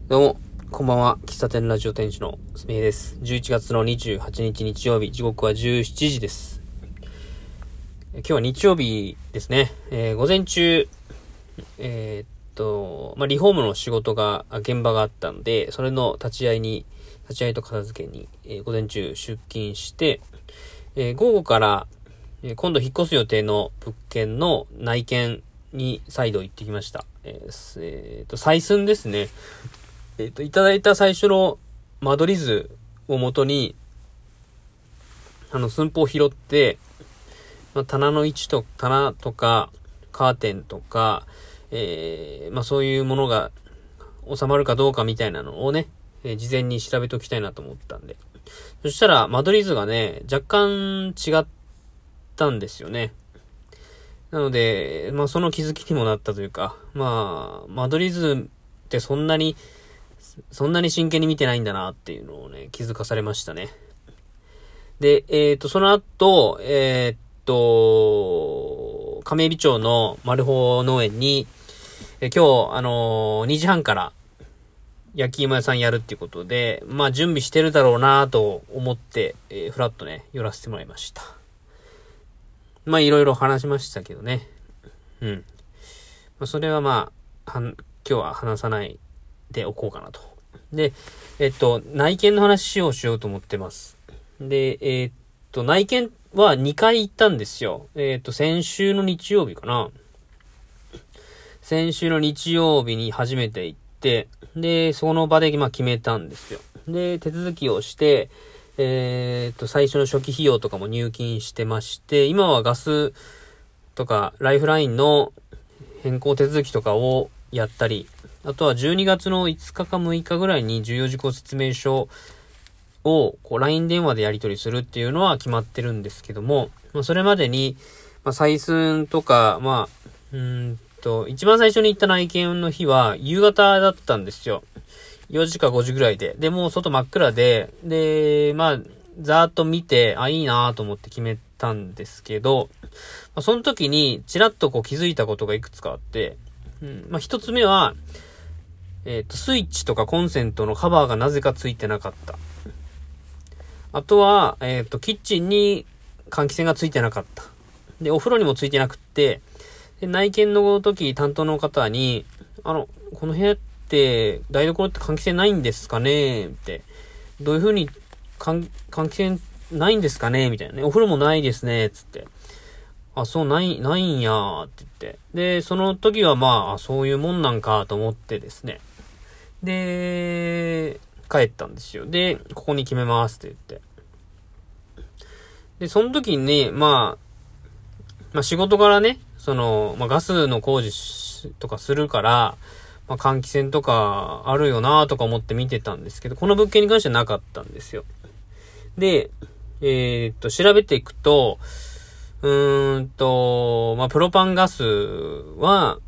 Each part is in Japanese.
どうも、こんばんは。喫茶店ラジオ店主のすみへです。11月の28日日曜日、時刻は17時です。今日は日曜日ですね。午前中、リフォームの仕事が、現場があったので、それの立ち会いと片付けに、午前中出勤して、午後から、今度引っ越す予定の物件の内見に再度行ってきました。採寸ですね。いただいた最初の間取り図をもとに、寸法を拾って、棚の位置と、棚とか、カーテンとか、そういうものが収まるかどうかみたいなのをね、事前に調べておきたいなと思ったんで。そしたら、間取り図がね、若干違ったんですよね。なので、その気づきにもなったというか、間取り図ってそんなに真剣に見てないんだなっていうのをね、気づかされましたね。で、その後、亀海老町の丸宝農園に、今日、2時半から焼き芋屋さんやるっていうことで、準備してるだろうなと思って、ふらっとね、寄らせてもらいました。いろいろ話しましたけどね。それは今日は話さないでおこうかなと。で、内見の話をしようと思ってます。で、内見は2回行ったんですよ。先週の日曜日かな。先週の日曜日に初めて行って、で、その場で決めたんですよ。で、手続きをして、最初の初期費用とかも入金してまして、今はガスとかライフラインの変更手続きとかをやったり、あとは12月の5日か6日ぐらいに重要事項説明書をLINE 電話でやり取りするっていうのは決まってるんですけども、それまでに、採寸とか、一番最初に行った内見の日は夕方だったんですよ。4時か5時ぐらいで。で、もう外真っ暗で、ざーっと見て、いいなと思って決めたんですけど、その時にちらっと気づいたことがいくつかあって、一つ目は、スイッチとかコンセントのカバーがなぜかついてなかった。あとは、キッチンに換気扇がついてなかった。で、お風呂にもついてなくって、で内見の時担当の方に、この部屋って台所って換気扇ないんですかねって、どういう風に換気扇ないんですかねみたいなね。お風呂もないですねつって。ないんやーって言って。で、その時はそういうもんなんかと思ってですね。で、帰ったんですよ。で、ここに決めますって言って。で、その時にね、仕事からね、ガスの工事とかするから、換気扇とかあるよなとか思って見てたんですけど、この物件に関してはなかったんですよ。で、調べていくと、プロパンガスは、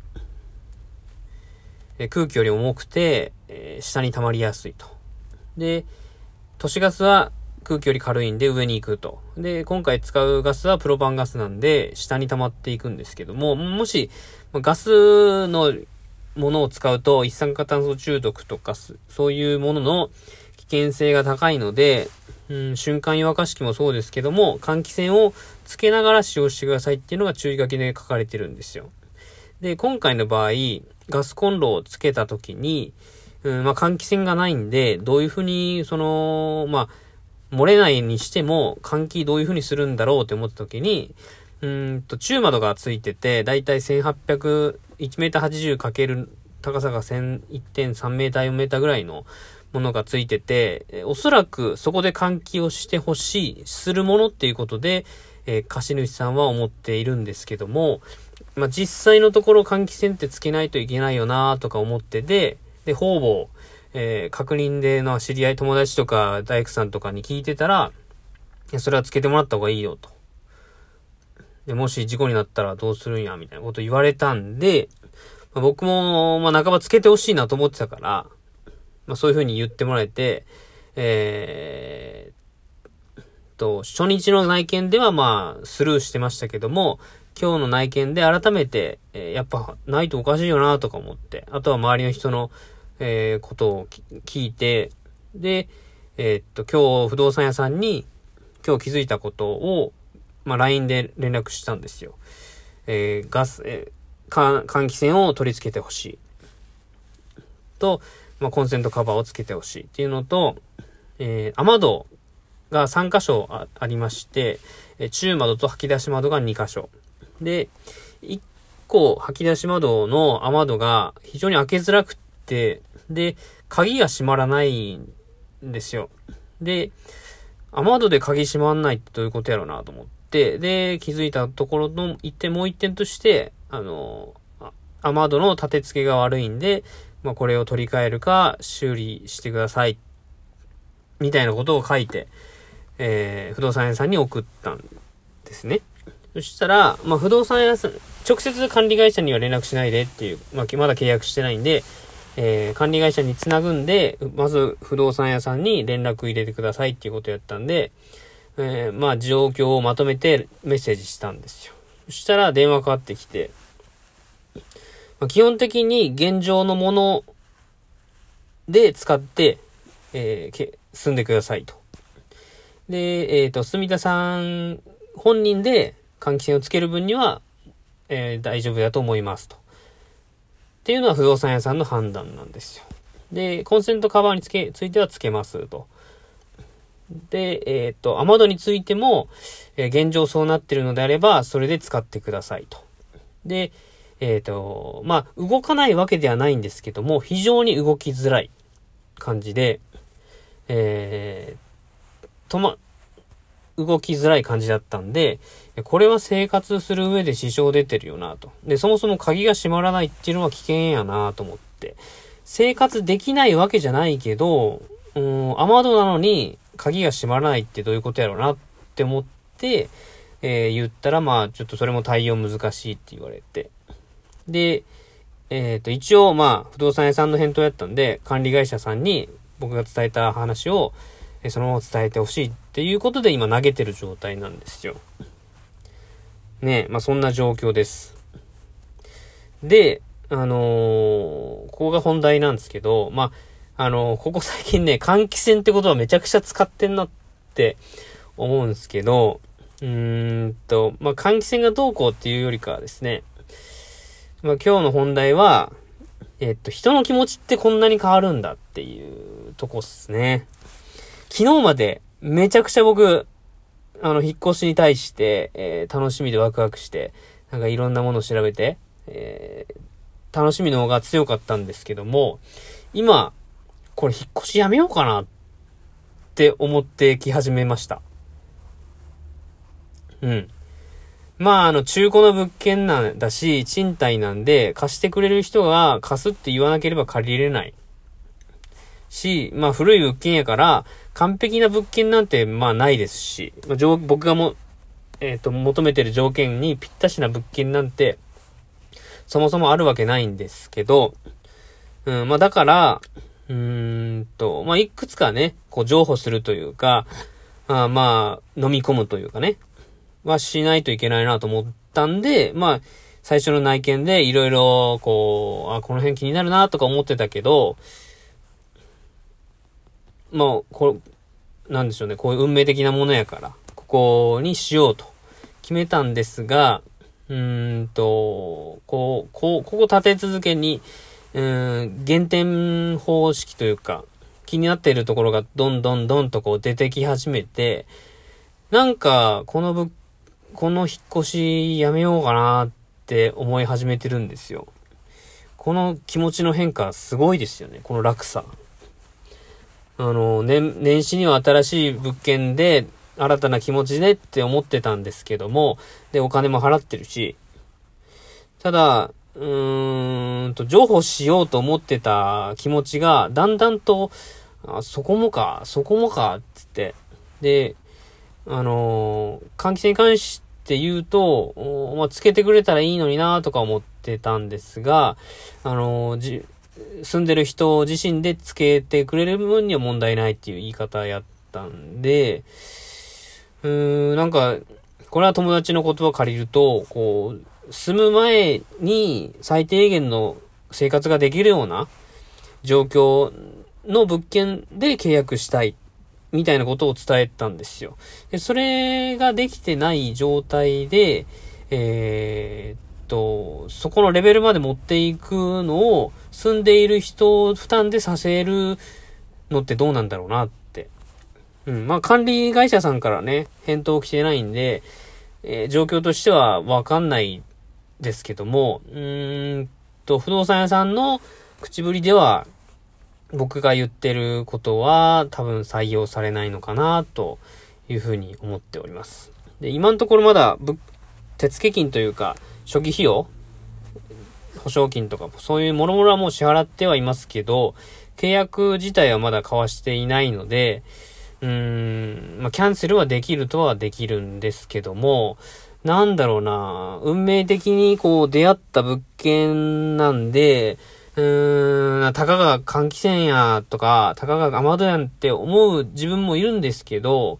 空気より重くて、下に溜まりやすいと。で、都市ガスは空気より軽いんで上に行くと。で、今回使うガスはプロパンガスなんで、下に溜まっていくんですけども、もし、ガスのものを使うと、一酸化炭素中毒とか、そういうものの危険性が高いので、瞬間湯沸かし器もそうですけども、換気扇をつけながら使用してくださいっていうのが注意書きで書かれてるんですよ。で、今回の場合、ガスコンロをつけた時に、換気扇がないんで、どういうふうに、漏れないにしても、換気どういうふうにするんだろうって思った時に、中窓がついてて、だいたい1800、1メーター80かける高さが 1.3 メーター4メーターぐらいのものがついてて、おそらくそこで換気をしてほしい、するものっていうことで、貸主さんは思っているんですけども、実際のところ換気扇ってつけないといけないよなとか思ってで、方々、確認での知り合い友達とか大工さんとかに聞いてたら、それはつけてもらった方がいいよと。で、もし事故になったらどうするんやみたいなこと言われたんで、僕も半ばつけてほしいなと思ってたから、そういう風に言ってもらえて、初日の内見ではスルーしてましたけども、今日の内見で改めて、やっぱないとおかしいよなとか思って、あとは周りの人の、 ことを聞いて、で、今日不動産屋さんに今日気づいたことを、LINE で連絡したんですよ。換気扇を取り付けてほしい。と、コンセントカバーをつけてほしいっていうのと、雨戸が3箇所 ありまして、中窓と吐き出し窓が2箇所。で、1個吐き出し窓の雨戸が非常に開けづらくって、で、鍵が閉まらないんですよ。で、雨戸で鍵閉まんないってどういうことやろうなと思って、で、気づいたところのもう一点として、雨戸の立て付けが悪いんで、これを取り替えるか修理してください。みたいなことを書いて、不動産屋さんに送ったんですね。そしたら、不動産屋さん、直接管理会社には連絡しないでっていう、まだ契約してないんで、管理会社につなぐんで、まず不動産屋さんに連絡入れてくださいっていうことやったんで、状況をまとめてメッセージしたんですよ。そしたら電話かかってきて、基本的に現状のもので使って、住んでくださいと。で、住田さん本人で換気扇をつける分には、大丈夫だと思いますと。っていうのは不動産屋さんの判断なんですよ。で、コンセントカバーについてはつけますと。で、雨戸についても、現状そうなってるのであれば、それで使ってくださいと。で、動かないわけではないんですけども、非常に動きづらい感じで、動きづらい感じだったんで、これは生活する上で支障出てるよなと。で、そもそも鍵が閉まらないっていうのは危険やなと思って。生活できないわけじゃないけど、雨戸なのに鍵が閉まらないってどういうことやろうなって思って、言ったらちょっとそれも対応難しいって言われて。で、一応不動産屋さんの返答やったんで、管理会社さんに僕が伝えた話を、そのまま伝えてほしいっていうことで今投げてる状態なんですよ。ねえ、そんな状況です。で、ここが本題なんですけど、ここ最近ね、換気扇ってことはめちゃくちゃ使ってんなって思うんですけど、換気扇がどうこうっていうよりかはですね、今日の本題は、人の気持ちってこんなに変わるんだっていうとこっすね。昨日までめちゃくちゃ僕、引っ越しに対して、楽しみでワクワクして、いろんなものを調べて、楽しみの方が強かったんですけども、今、これ引っ越しやめようかなって思ってき始めました。うん。中古の物件なんだし、賃貸なんで、貸してくれる人が貸すって言わなければ借りれないし、古い物件やから、完璧な物件なんて、ないですし、僕が求めてる条件にぴったしな物件なんて、そもそもあるわけないんですけど、だから、いくつかね、譲歩するというか、飲み込むというかね、はしないといけないなと思ったんで、最初の内見でいろいろ、この辺気になるなとか思ってたけど、なんでしょうね、こういう運命的なものやから、ここにしようと決めたんですが、ここ立て続けに、減点方式というか、気になっているところがどんどんと出てき始めて、この引っ越しやめようかなって思い始めてるんですよ。この気持ちの変化すごいですよね、この落差。年始には新しい物件で新たな気持ちでって思ってたんですけども、で、お金も払ってるし、ただ、譲歩しようと思ってた気持ちが、だんだんと、そこもか、つって。で、換気扇に関して言うと、つけてくれたらいいのになとか思ってたんですが、住んでる人自身でつけてくれる分には問題ないっていう言い方やったんで、これは友達の言葉を借りると、住む前に最低限の生活ができるような状況の物件で契約したいみたいなことを伝えたんですよ。で、それができてない状態で、そこのレベルまで持っていくのを住んでいる人負担でさせるのってどうなんだろうなって。まあ管理会社さんからね、返答来てないんで、状況としてはわかんないですけども、不動産屋さんの口ぶりでは、僕が言ってることは多分採用されないのかなというふうに思っております。で、今のところまだ手付金というか初期費用、保証金とかそういうもろもろはもう支払ってはいますけど、契約自体はまだ交わしていないので、キャンセルはできるとはできるんですけども、なんだろうな、運命的にこう出会った物件なんで、たかが換気扇やとか、たかが雨戸やんって思う自分もいるんですけど、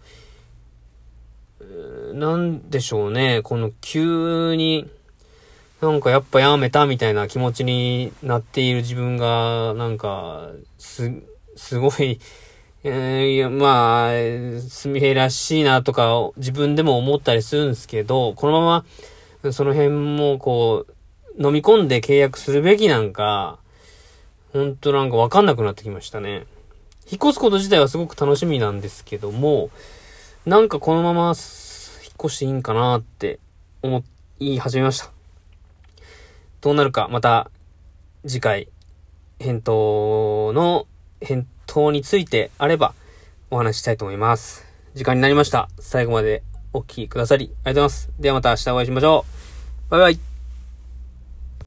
なんでしょうね、この急に、なんかやっぱやめたみたいな気持ちになっている自分が、なんか、すごい、まあ、すみへらしいなとか自分でも思ったりするんですけど、このままその辺もこう、飲み込んで契約するべきなんか、ほんとなんかわかんなくなってきましたね。引っ越すこと自体はすごく楽しみなんですけども、なんかこのまま引っ越していいんかなって思い始めました。どうなるかまた次回返答についてあればお話ししたいと思います。時間になりました。最後までお聞きくださりありがとうございます。ではまた明日お会いしましょう。バイバイ。